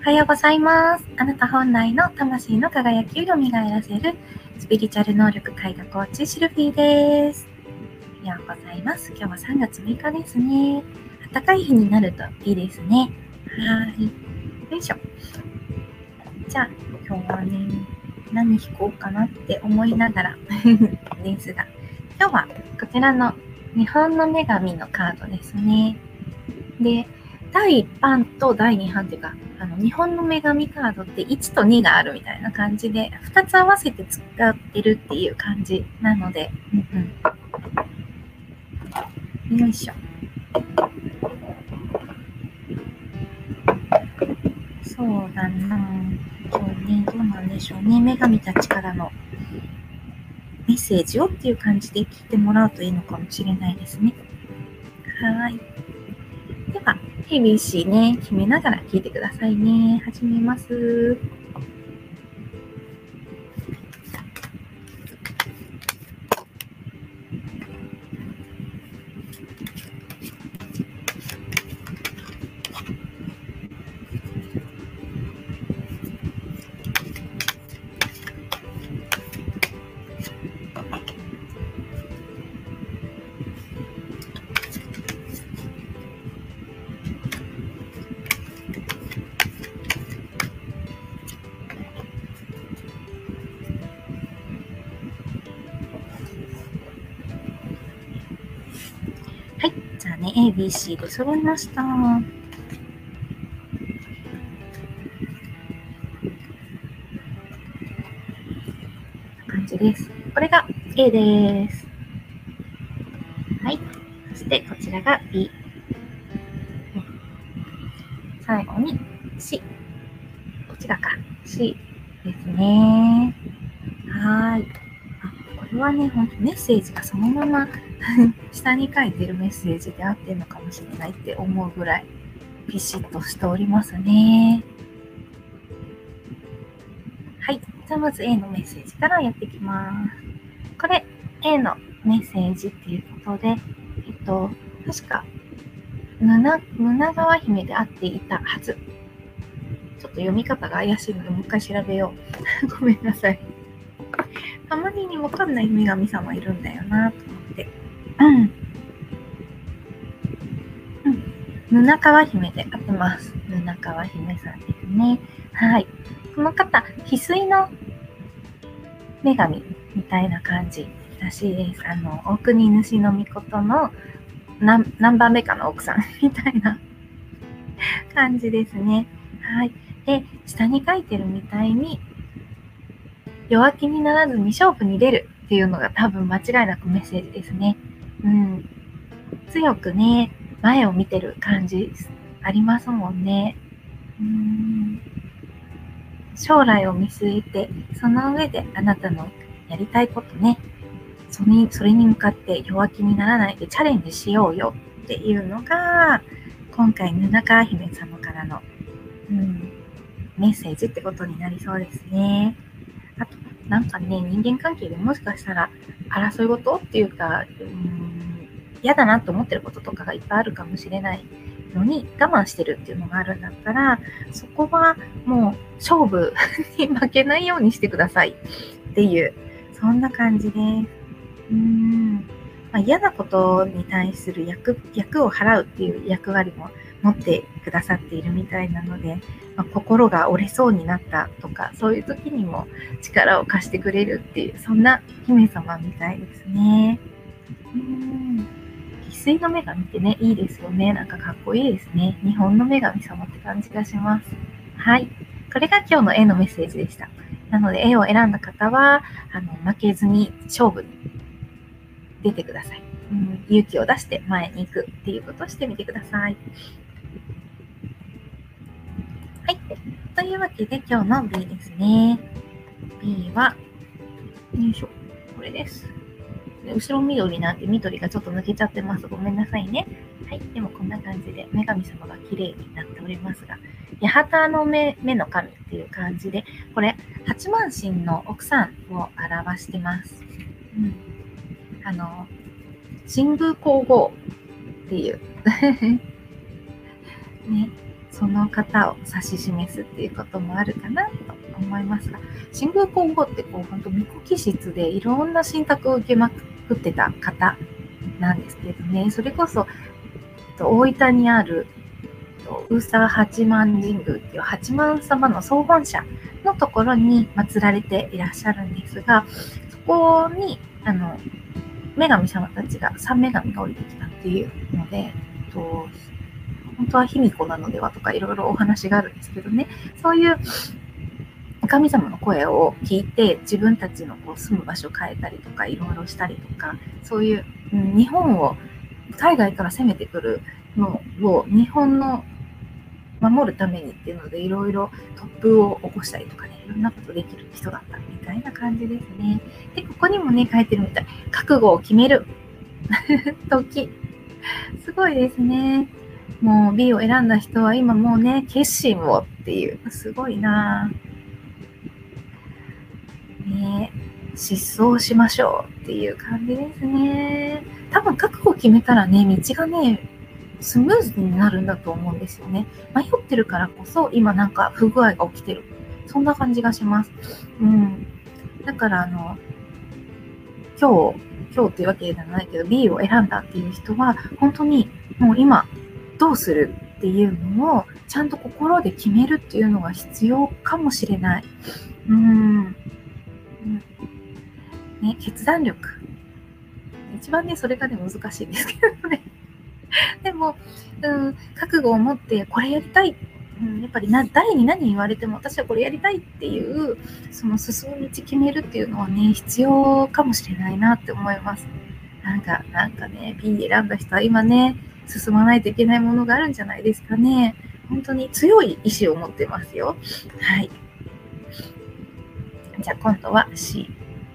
おはようございます。あなた本来の魂の輝きを蘇らせるスピリチュアル能力開花コーチシルフィーです。おはようございます。今日は3月6日ですね。暖かい日になるといいですね。はい。よいしょ。じゃあ今日はね、何弾こうかなって思いながらですが、今日はこちらの日本の女神のカードですね。で、第1版と第2版っていうか、日本の女神カードって1と2があるみたいな感じで、2つ合わせて使ってるっていう感じなので、よいしょ。そうだなぁ。今日ね、どうなんでしょうね。女神たちからのメッセージをっていう感じで聞いてもらうといいのかもしれないですね。はい。では、ABC ね、決めながら聞いてくださいね。始めます。はい。じゃあね、ABC で揃いました。感じです。これが A です。はい。そしてこちらが B。最後に C。こちらか C ですね。はい。これはね、ほんとメッセージがそのまま下に書いてるメッセージで合ってるのかもしれないって思うぐらいピシッとしておりますね。はい。じゃあまず A のメッセージからやっていきます。これ A のメッセージっていうことで、確か胸川姫であっていたはず。ちょっと読み方が怪しいのでもう一回調べよう。ごめんなさい。たまにわかんない女神様いるんだよなと思って。布川姫で合ってます。布川姫さんですね。はい。この方、翡翠の女神みたいな感じらしいです。大国主の御事の何番目かの奥さんみたいな感じですね。はい。で、下に書いてるみたいに、弱気にならずに勝負に出るっていうのが多分間違いなくメッセージですね。強くね、前を見てる感じありますもんね。将来を見据えて、その上であなたのやりたいことね、それに向かって弱気にならないでチャレンジしようよっていうのが、今回布川姫様からの、メッセージってことになりそうですね。あと、なんかね、人間関係でもしかしたら争い事っていうか、嫌だなと思ってることとかがいっぱいあるかもしれないのに我慢してるっていうのがあるんだったら、そこはもう勝負に負けないようにしてくださいっていう、そんな感じです。嫌なことに対する役を払うっていう役割も持ってくださっているみたいなので、心が折れそうになったとか、そういう時にも力を貸してくれるっていう、そんな姫様みたいですね。翡翠の女神ってね、いいですよね。なんかかっこいいですね。日本の女神様って感じがします。はい。これが今日の絵のメッセージでした。なので絵を選んだ方は、負けずに勝負に出てください。勇気を出して前に行くっていうことをしてみてください。はい。というわけで今日の B ですね。B は、よいしょ。これです。後ろ緑なんで緑がちょっと抜けちゃってます。ごめんなさいね。はい。でもこんな感じで女神様が綺麗になっておりますが、八幡の目の神っていう感じで、これ、八幡神の奥さんを表してます。神宮皇后っていうね、 その方を指し示すっていうこともあるかなと思いますが、新宮皇后って本当巫女気質でいろんな信託を受けまくってた方なんですけどね、それこそ大分にある宇佐八幡神宮っていう八幡様の総本社のところに祀られていらっしゃるんですが、そこに女神様たちが三女神が降りてきたっていうので、本当は卑弥呼なのではとかいろいろお話があるんですけどね、そういう神様の声を聞いて自分たちの住む場所を変えたりとかいろいろしたりとか、そういう、日本を海外から攻めてくるのを日本の守るためにっていうのでいろいろ突風を起こしたりとかね、いろんなことできる人だったみたいな感じですね。で、ここにもね書いてるみたい。覚悟を決める時。すごいですね。もう B を選んだ人は今もうね、決心をっていう、すごいなね、失踪しましょうっていう感じですね。多分覚悟を決めたらね、道がね、スムーズになるんだと思うんですよね。迷ってるからこそ今なんか不具合が起きてる。そんな感じがします。だから今日っていうわけじゃないけど B を選んだっていう人は本当にもう今どうするっていうのをちゃんと心で決めるっていうのが必要かもしれない。ね、決断力。一番ね、それがね、難しいんですけどね。でも、覚悟を持ってこれやりたい。やっぱり誰に何言われても私はこれやりたいっていう、その進む道決めるっていうのはね、必要かもしれないなって思います。なんかね、B 選んだ人は今ね、進まないといけないものがあるんじゃないですかね。本当に強い意志を持ってますよ。はい。じゃあ今度は C。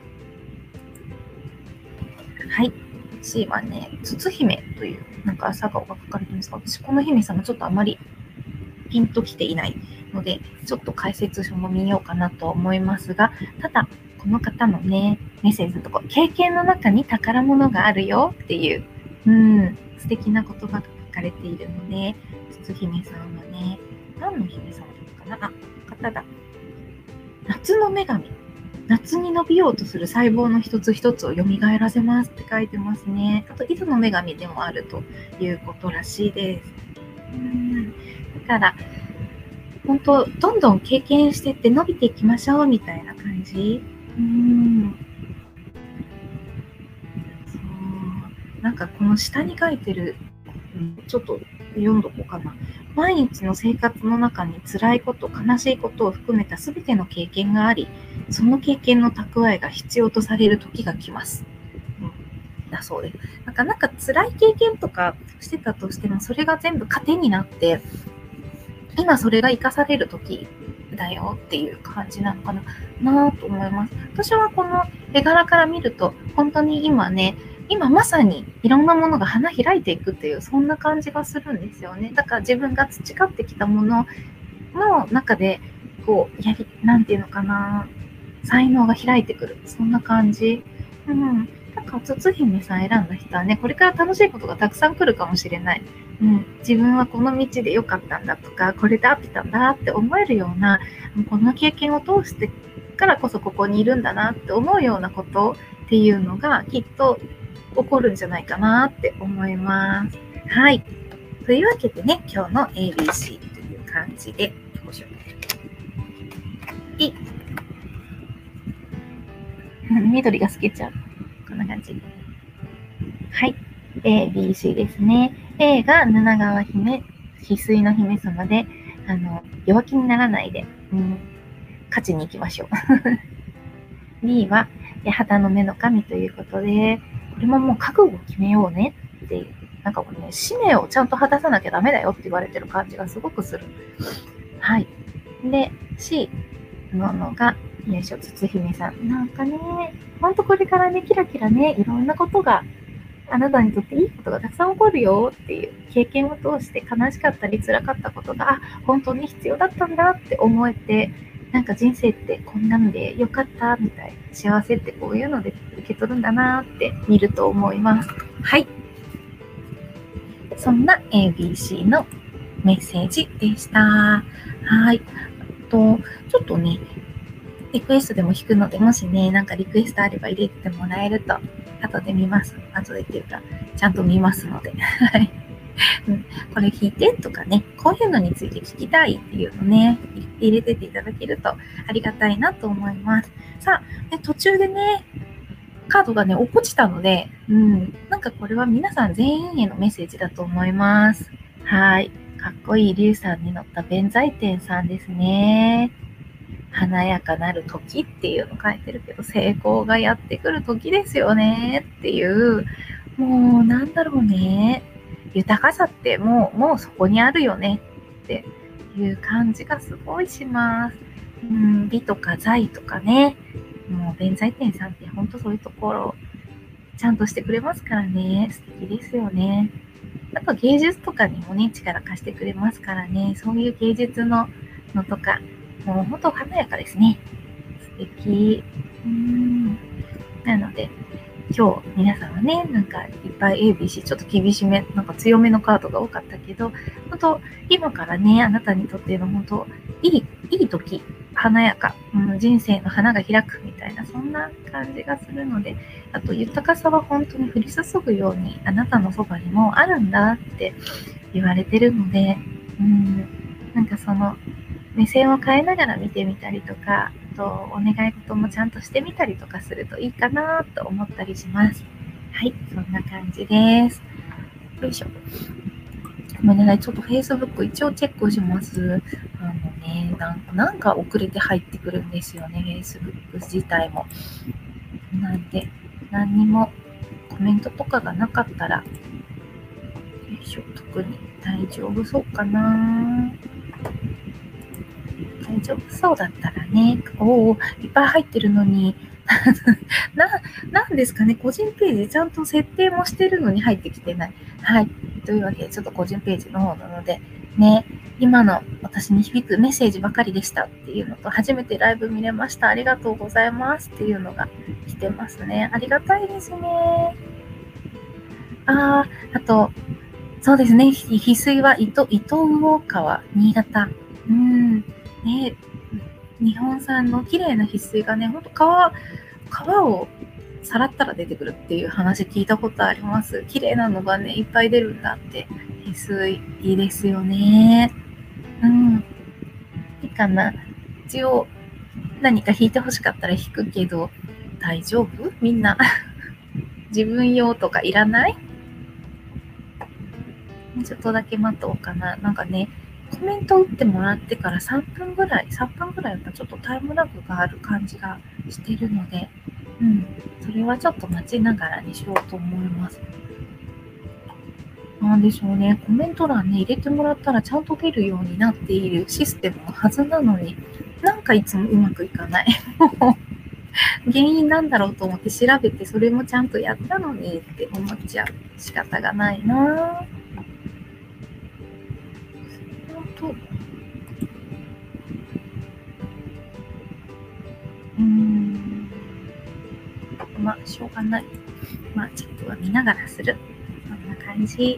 はい。C はね、筒姫という、朝顔が書かれてるんですが、私この姫様ちょっとあまりピンときていないので、ちょっと解説書も見ようかなと思いますが、ただ、この方のね、メッセージのところ、経験の中に宝物があるよっていう、素敵な言葉が書かれているので、筒姫さんはね、何の姫様なのかな？方だ。夏の女神。夏に伸びようとする細胞の一つ一つを蘇らせますって書いてますね。あと、井戸の女神でもあるということらしいです。だから、本当、どんどん経験してって伸びていきましょうみたいな感じ。この下に書いてる、ちょっと読んどこうかな。毎日の生活の中に辛いこと、悲しいことを含めた全ての経験があり、その経験の蓄えが必要とされる時が来ます。だそうです。なんか辛い経験とかしてたとしても、それが全部糧になって、今それが生かされる時だよっていう感じなのかなと思います。私はこの絵柄から見ると、本当に今まさにいろんなものが花開いていくっていう、そんな感じがするんですよね。だから自分が培ってきたものの中で、なんていうのかな、才能が開いてくる。そんな感じ。筒姫さん選んだ人はね、これから楽しいことがたくさん来るかもしれない。自分はこの道で良かったんだとか、これで合ってたんだって思えるような、この経験を通してからこそここにいるんだなって思うようなことっていうのがきっと起こるんじゃないかなって思います。はい。というわけでね、今日の ABC という感じで、緑が透けちゃう。こんな感じ。はい。ABC ですね。A が七川姫、翡翠の姫様で、弱気にならないで、勝ちに行きましょう。B は、旗の目の神ということで、これももう覚悟を決めようねっていう、使命をちゃんと果たさなきゃダメだよって言われてる感じがすごくする。はい。で、C のが、筒姫さん。ほんとこれからね、キラキラね、いろんなことが、あなたにとっていいことがたくさん起こるよっていう経験を通して悲しかったり辛かったことが、本当に必要だったんだって思えて、人生ってこんなんでよかったみたいな、幸せってこういうので受け取るんだなって見ると思います。はい。そんな ABC のメッセージでした。はい。ちょっとね、リクエストでも弾くので、もしね、なんかリクエストあれば入れてもらえると、後で見ます。後でっていうか、ちゃんと見ますので。はい。これ弾いてとかね、こういうのについて聞きたいっていうのね、入れてていただけるとありがたいなと思います。さあ、途中でね、カードがね、落っこちたので、なんかこれは皆さん全員へのメッセージだと思います。はい。かっこいい龍さんに乗った弁財天さんですね。華やかなる時っていうの書いてるけど、成功がやってくる時ですよねっていう、もうなんだろうね。豊かさってもうそこにあるよねっていう感じがすごいします。美とか財とかね。もう弁財天さんってほんとそういうところちゃんとしてくれますからね。素敵ですよね。あと芸術とかにもね、力貸してくれますからね。そういう芸術のとか、もうほんと華やかですね。素敵。なので、今日皆さんはね、なんかいっぱい ABC ちょっと厳しめ、なんか強めのカードが多かったけど、本当今からね、あなたにとっての本当いい時、華やか、人生の花が開くみたいな、そんな感じがするので、あと豊かさは本当に降り注ぐようにあなたのそばにもあるんだって言われてるので、なんかその目線を変えながら見てみたりとか、お願い事もちゃんとしてみたりとかするといいかなと思ったりします。はい、そんな感じです。よいしょ。ごめんなさい、ちょっと Facebook 一応チェックします。なんか遅れて入ってくるんですよね、Facebook 自体も。なんで、何にもコメントとかがなかったら、よいしょ、特に大丈夫そうかな。大丈夫そうだったらね、いっぱい入ってるのに、なんですかね、個人ページちゃんと設定もしてるのに入ってきてない。はい。というわけで、ちょっと個人ページの方なので、ね、今の私に響くメッセージばかりでしたっていうのと、初めてライブ見れました。ありがとうございますっていうのが来てますね。ありがたいですね。あと、そうですね、翡翠は糸魚川、新潟。ね、日本産の綺麗な翡翠がね、ほんと川をさらったら出てくるっていう話聞いたことあります。綺麗なのがね、いっぱい出るんだって。翡翠、いいですよね。いいかな。一応、何か弾いてほしかったら弾くけど、大丈夫？みんな。自分用とかいらない？ちょっとだけ待とうかな。なんかね、コメント打ってもらってから3分ぐらいだったらちょっとタイムラグがある感じがしてるので、それはちょっと待ちながらにしようと思います。なんでしょうね、コメント欄に入れてもらったらちゃんと出るようになっているシステムのはずなのに、なんかいつもうまくいかない。原因なんだろうと思って調べて、それもちゃんとやったのにって思っちゃう。仕方がないなぁ。しょうがない。チェックは見ながらする。そんな感じ。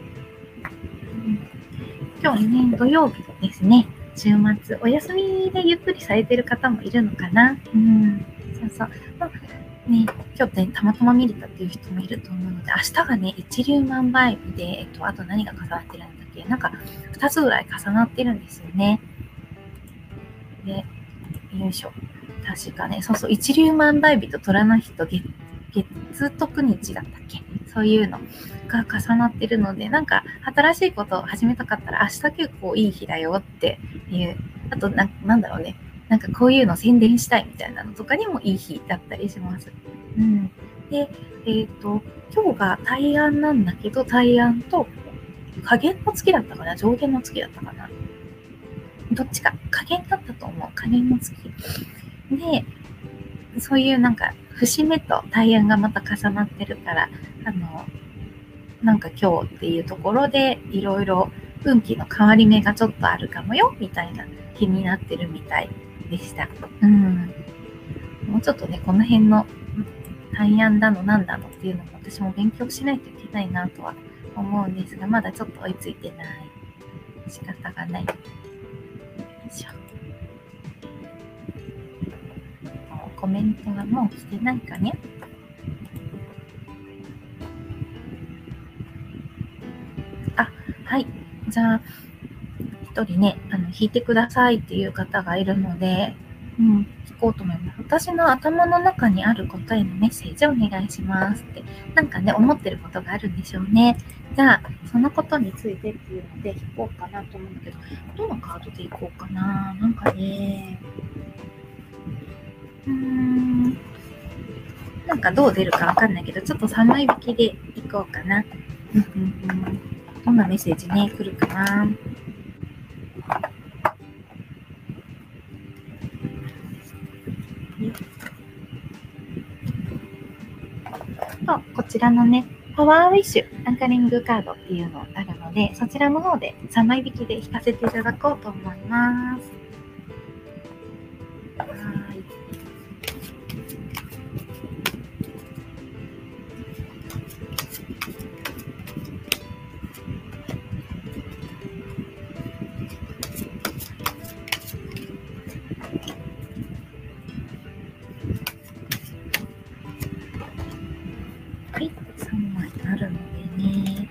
今日ね、土曜日ですね。週末、お休みでゆっくりされてる方もいるのかな。そう。今日ね、たまたま見れたっていう人もいると思うので、明日がね、一粒万倍日で、あと何が重なってるんだっけ？なんか、2つぐらい重なってるんですよね。で、よいしょ。確かね、一粒万倍日と虎の日と月徳日だったっけ？そういうのが重なってるので、なんか新しいことを始めたかったら明日結構いい日だよっていう、あとなんだろうね、なんかこういうの宣伝したいみたいなのとかにもいい日だったりします。で、今日が大安なんだけど、大安と下限の月だったかな、上限の月だったかな。どっちか、下限だったと思う。下限の月。で、そういうなんか節目と大安がまた重なってるから、なんか今日っていうところでいろいろ運気の変わり目がちょっとあるかもよみたいな日になってるみたいでした。もうちょっとね、この辺の大安だのなんだのっていうのも私も勉強しないといけないなとは思うんですが、まだちょっと追いついてない。 仕方がない。よいしょ。コメントがもう来てないかね。はい。じゃあ、一人ね、弾いてくださいっていう方がいるので、弾こうと思います。私の頭の中にある答えのメッセージをお願いしますって、なんかね、思ってることがあるんでしょうね。じゃあ、そのことについてっていうので弾こうかなと思うんだけど、どのカードでいこうかな。なんかね、なんかどう出るかわかんないけど、ちょっと3枚引きでいこうかな。どんなメッセージね、来るかな。こちらのね、パワーウィッシュアンカリングカードっていうのがあるので、そちらの方で3枚引きで引かせていただこうと思います。はい、3枚あるのでね。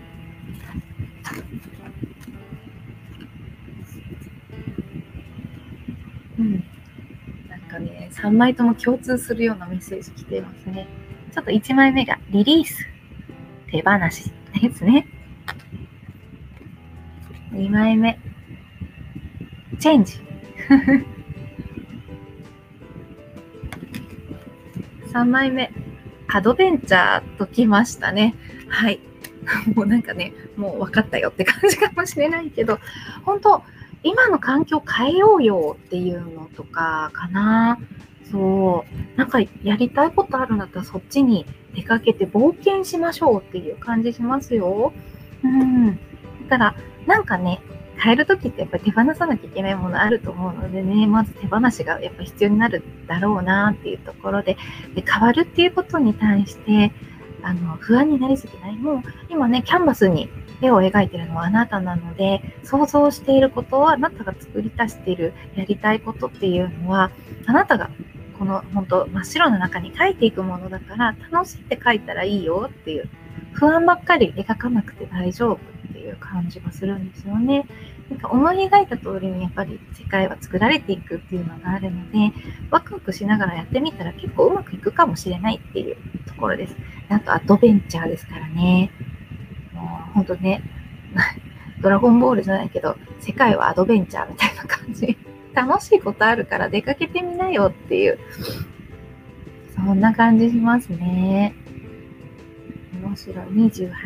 なんかね、3枚とも共通するようなメッセージ来ていますね。ちょっと1枚目がリリース、手放しですね。2枚目、チェンジ。3枚目、アドベンチャーときましたね。はい。もうなんかね、もう分かったよって感じかもしれないけど、本当今の環境変えようよっていうのとかかな。そう。なんかやりたいことあるんだったらそっちに出かけて冒険しましょうっていう感じしますよ。だからなんかね、変えるときってやっぱり手放さなきゃいけないものあると思うのでね、まず手放しがやっぱ必要になるだろうなっていうところで、変わるっていうことに対して不安になりすぎない。もう今ね、キャンバスに絵を描いているのはあなたなので、想像していることはあなたが作り出しているやりたいことっていうのは、あなたがこの本当真っ白の中に描いていくものだから、楽しんで描いたらいいよっていう、不安ばっかり描かなくて大丈夫っていう感じがするんですよね。なんか思い描いた通りにやっぱり世界は作られていくっていうのがあるので、ワクワクしながらやってみたら結構うまくいくかもしれないっていうところです。あとアドベンチャーですからね。もう本当ね、ドラゴンボールじゃないけど、世界はアドベンチャーみたいな感じ。楽しいことあるから出かけてみなよっていう、そんな感じしますね。面白い。28。なんでしょ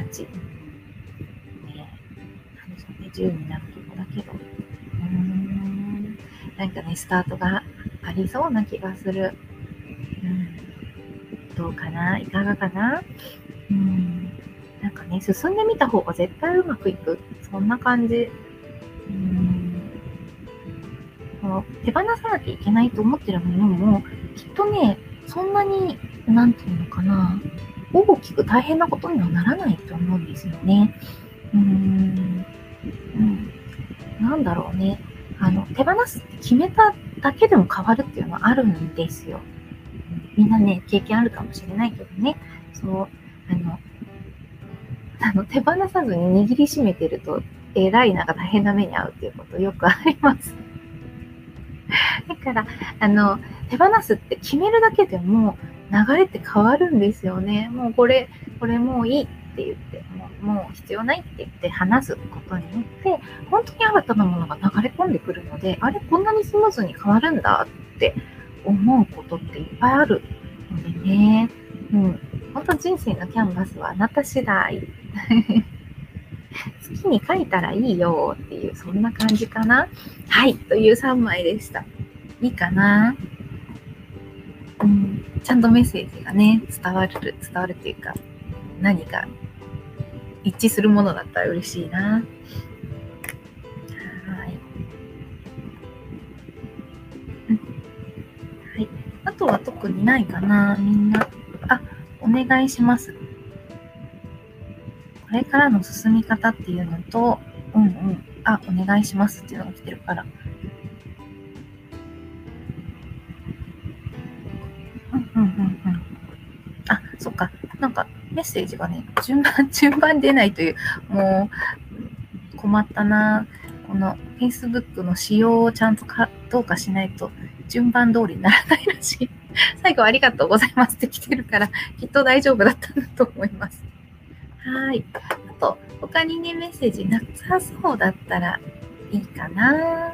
うね、10になるとこだけど。なんかね、スタートがありそうな気がする。どうかな？いかがかな？なんかね、進んでみた方が絶対うまくいく。そんな感じ。手放さなきゃいけないと思ってるものも、きっとね、そんなに、なんていうのかな、大きく大変なことにはならないと思うんですよね。なんだろうね。手放すって決めただけでも変わるっていうのはあるんですよ。みんなね、経験あるかもしれないけどね。そう、手放さずに握りしめてると、らいなんか大変な目に遭うっていうことよくあります。だから、手放すって決めるだけでも流れって変わるんですよね。もうこれもういいって言って、もう必要ないって言って話すことによって、本当に新たなものが流れ込んでくるので、あれ、こんなにスムーズに変わるんだって思うことっていっぱいあるのでね。本当人生のキャンバスはあなた次第。好きに書いたらいいよっていう、そんな感じかな。はい、という3枚でした。いいかな？ちゃんとメッセージがね、伝わるっていうか、何か一致するものだったら嬉しいな。はい。あとは特にないかな、みんな。お願いします。これからの進み方っていうのと、 お願いしますっていうのが来てるから。そっか。なんかメッセージがね、順番出ないという、もう困ったな。この Facebook の仕様をちゃんとどうかしないと順番通りにならないらしい。最後ありがとうございますって来てるから、きっと大丈夫だったんだと思います。はい。あと、他にね、メッセージなさそうだったらいいかな。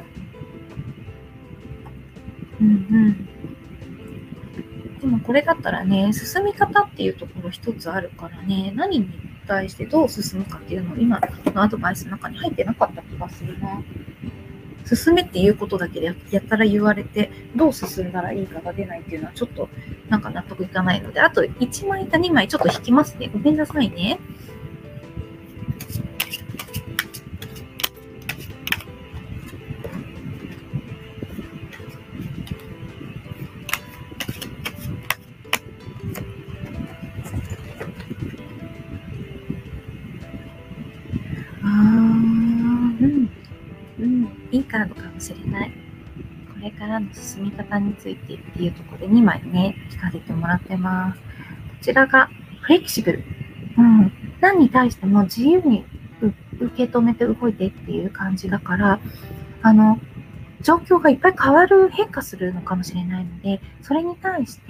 でもこれだったらね、進み方っていうところ一つあるからね、何に対してどう進むかっていうのを今のアドバイスの中に入ってなかった気がするな。進めっていうことだけでやったら言われて、どう進んだらいいかが出ないっていうのはちょっとなんか納得いかないので、あと1枚か2枚ちょっと引きますね。ごめんなさいね。いいカードかもしれない。これからの進み方についてっていうところで2枚ね、聞かせてもらってます。こちらがフレキシブル。何に対しても自由に受け止めて動いてっていう感じだから、状況がいっぱい変化するのかもしれないので、それに対して、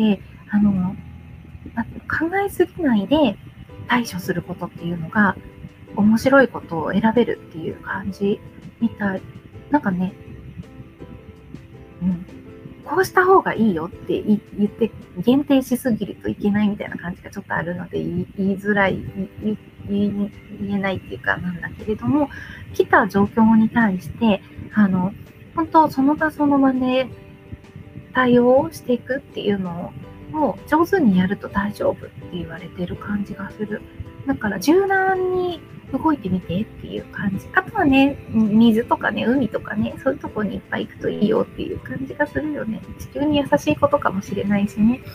考えすぎないで対処することっていうのが、面白いことを選べるっていう感じみたい。なんかね、こうした方がいいよって言って限定しすぎるといけないみたいな感じがちょっとあるので言いづらい、言えないっていうかなんだけれども、来た状況に対して、本当その場その場で対応していくっていうのを上手にやると大丈夫って言われてる感じがする。だから柔軟に動いてみてっていう感じ。あとはね、水とかね、海とかね、そういうとこにいっぱい行くといいよっていう感じがするよね。地球に優しいことかもしれないしね。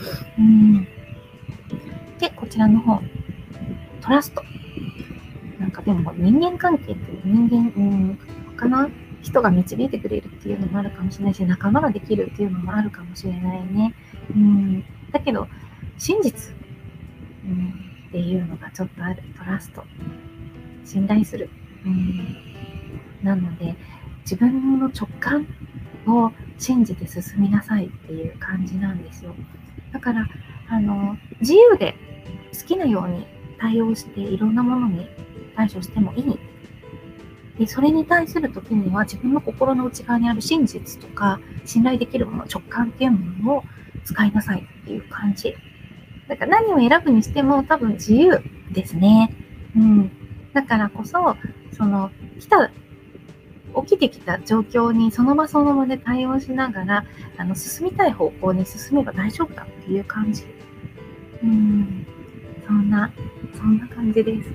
で、こちらの方、トラスト。なんかでも人間関係って他の人が導いてくれるっていうのもあるかもしれないし、仲間ができるっていうのもあるかもしれないね。だけど、真実、っていうのがちょっとある。トラスト。信頼する。なので、自分の直感を信じて進みなさいっていう感じなんですよ。だから、自由で好きなように対応していろんなものに対処してもいい。で、それに対するときには自分の心の内側にある真実とか信頼できるもの、直感っていうものを使いなさいっていう感じ。だから何を選ぶにしても多分自由ですね。だからこそ、起きてきた状況にその場その場で対応しながら、進みたい方向に進めば大丈夫だっていう感じ。そんな感じです。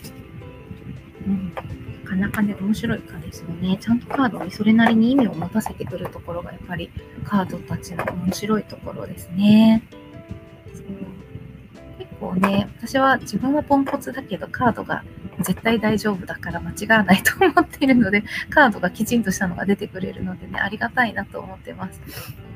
なかなかね、面白いカードですよね。ちゃんとカードにそれなりに意味を持たせてくるところがやっぱりカードたちの面白いところですね。結構ね、私は自分はポンコツだけどカードが絶対大丈夫だから間違わないと思っているので、カードがきちんとしたのが出てくれるのでね、ありがたいなと思ってます。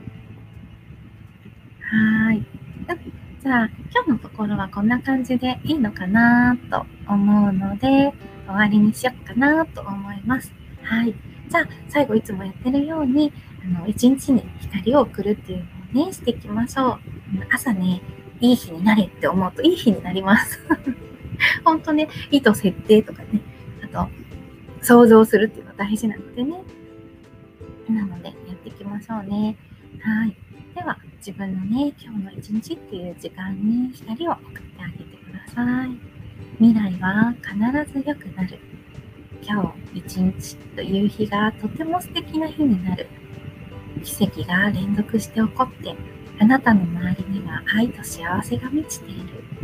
はい。じゃあ、今日のところはこんな感じでいいのかなと思うので、終わりにしようかなと思います。はい。じゃあ、最後いつもやってるように、一日に光を送るっていうのをね、していきましょう。朝ね、いい日になれって思うといい日になります。本当ね、意図設定とかね、あと、想像するっていうのが大事なのでね。なので、やっていきましょうね。はい。では、自分のね、今日の一日っていう時間に光を送ってあげてください。未来は必ず良くなる。今日一日という日がとても素敵な日になる。奇跡が連続して起こって、あなたの周りには愛と幸せが満ちている。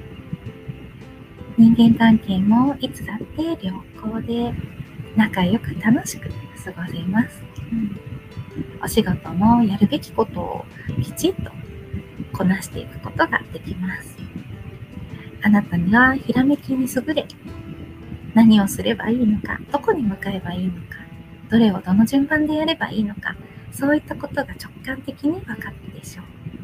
人間関係もいつだって良好で仲良く楽しく過ごせます。お仕事もやるべきことをきちんとこなしていくことができます。あなたにはひらめきに優れ、何をすればいいのか、どこに向かえばいいのか、 どれをどの順番でやればいいのか、そういったことが直感的に分かるでしょ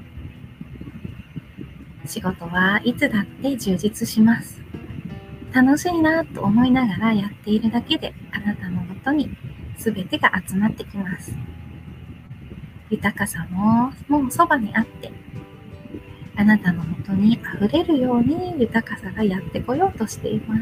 う。仕事はいつだって充実します。楽しいなと思いながらやっているだけで、あなたのもとに全てが集まってきます。豊かさももうそばにあって、あなたのもとにあふれるように豊かさがやってこようとしています。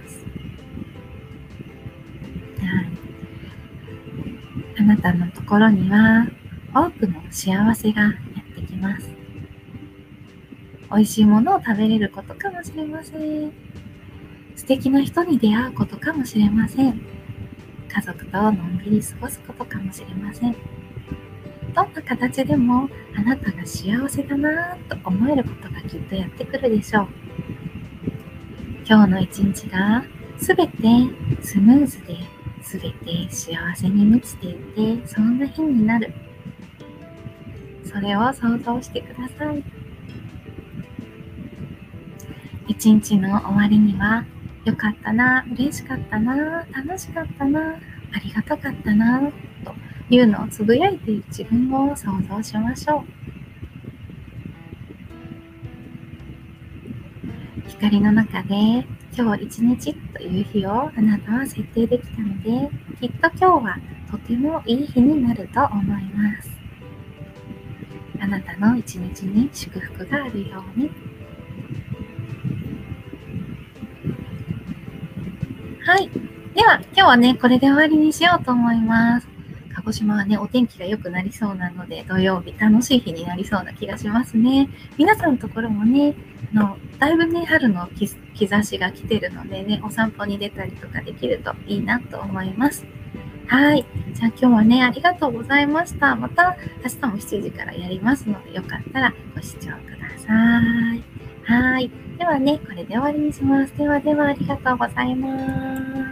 あなたのところには多くの幸せがやってきます。美味しいものを食べれることかもしれません。素敵な人に出会うことかもしれません。家族とのんびり過ごすことかもしれません。どんな形でもあなたが幸せだなと思えることがきっとやってくるでしょう。今日の一日がすべてスムーズですべて幸せに満ちていて、そんな日になる。それを想像してください。一日の終わりには、よかったな、嬉しかったな、楽しかったな、ありがたかったな、というのをつぶやいている自分を想像しましょう。光の中で今日一日という日をあなたは設定できたので、きっと今日はとてもいい日になると思います。あなたの一日に祝福があるように。はい。では、今日はね、これで終わりにしようと思います。鹿児島はね、お天気が良くなりそうなので、土曜日楽しい日になりそうな気がしますね。皆さんのところもね、だいぶね、春の兆しが来てるのでね、お散歩に出たりとかできるといいなと思います。はい。じゃあ今日はね、ありがとうございました。また明日も7時からやりますので、よかったらご視聴ください。はい。ではね、これで終わりにします。ではではありがとうございます。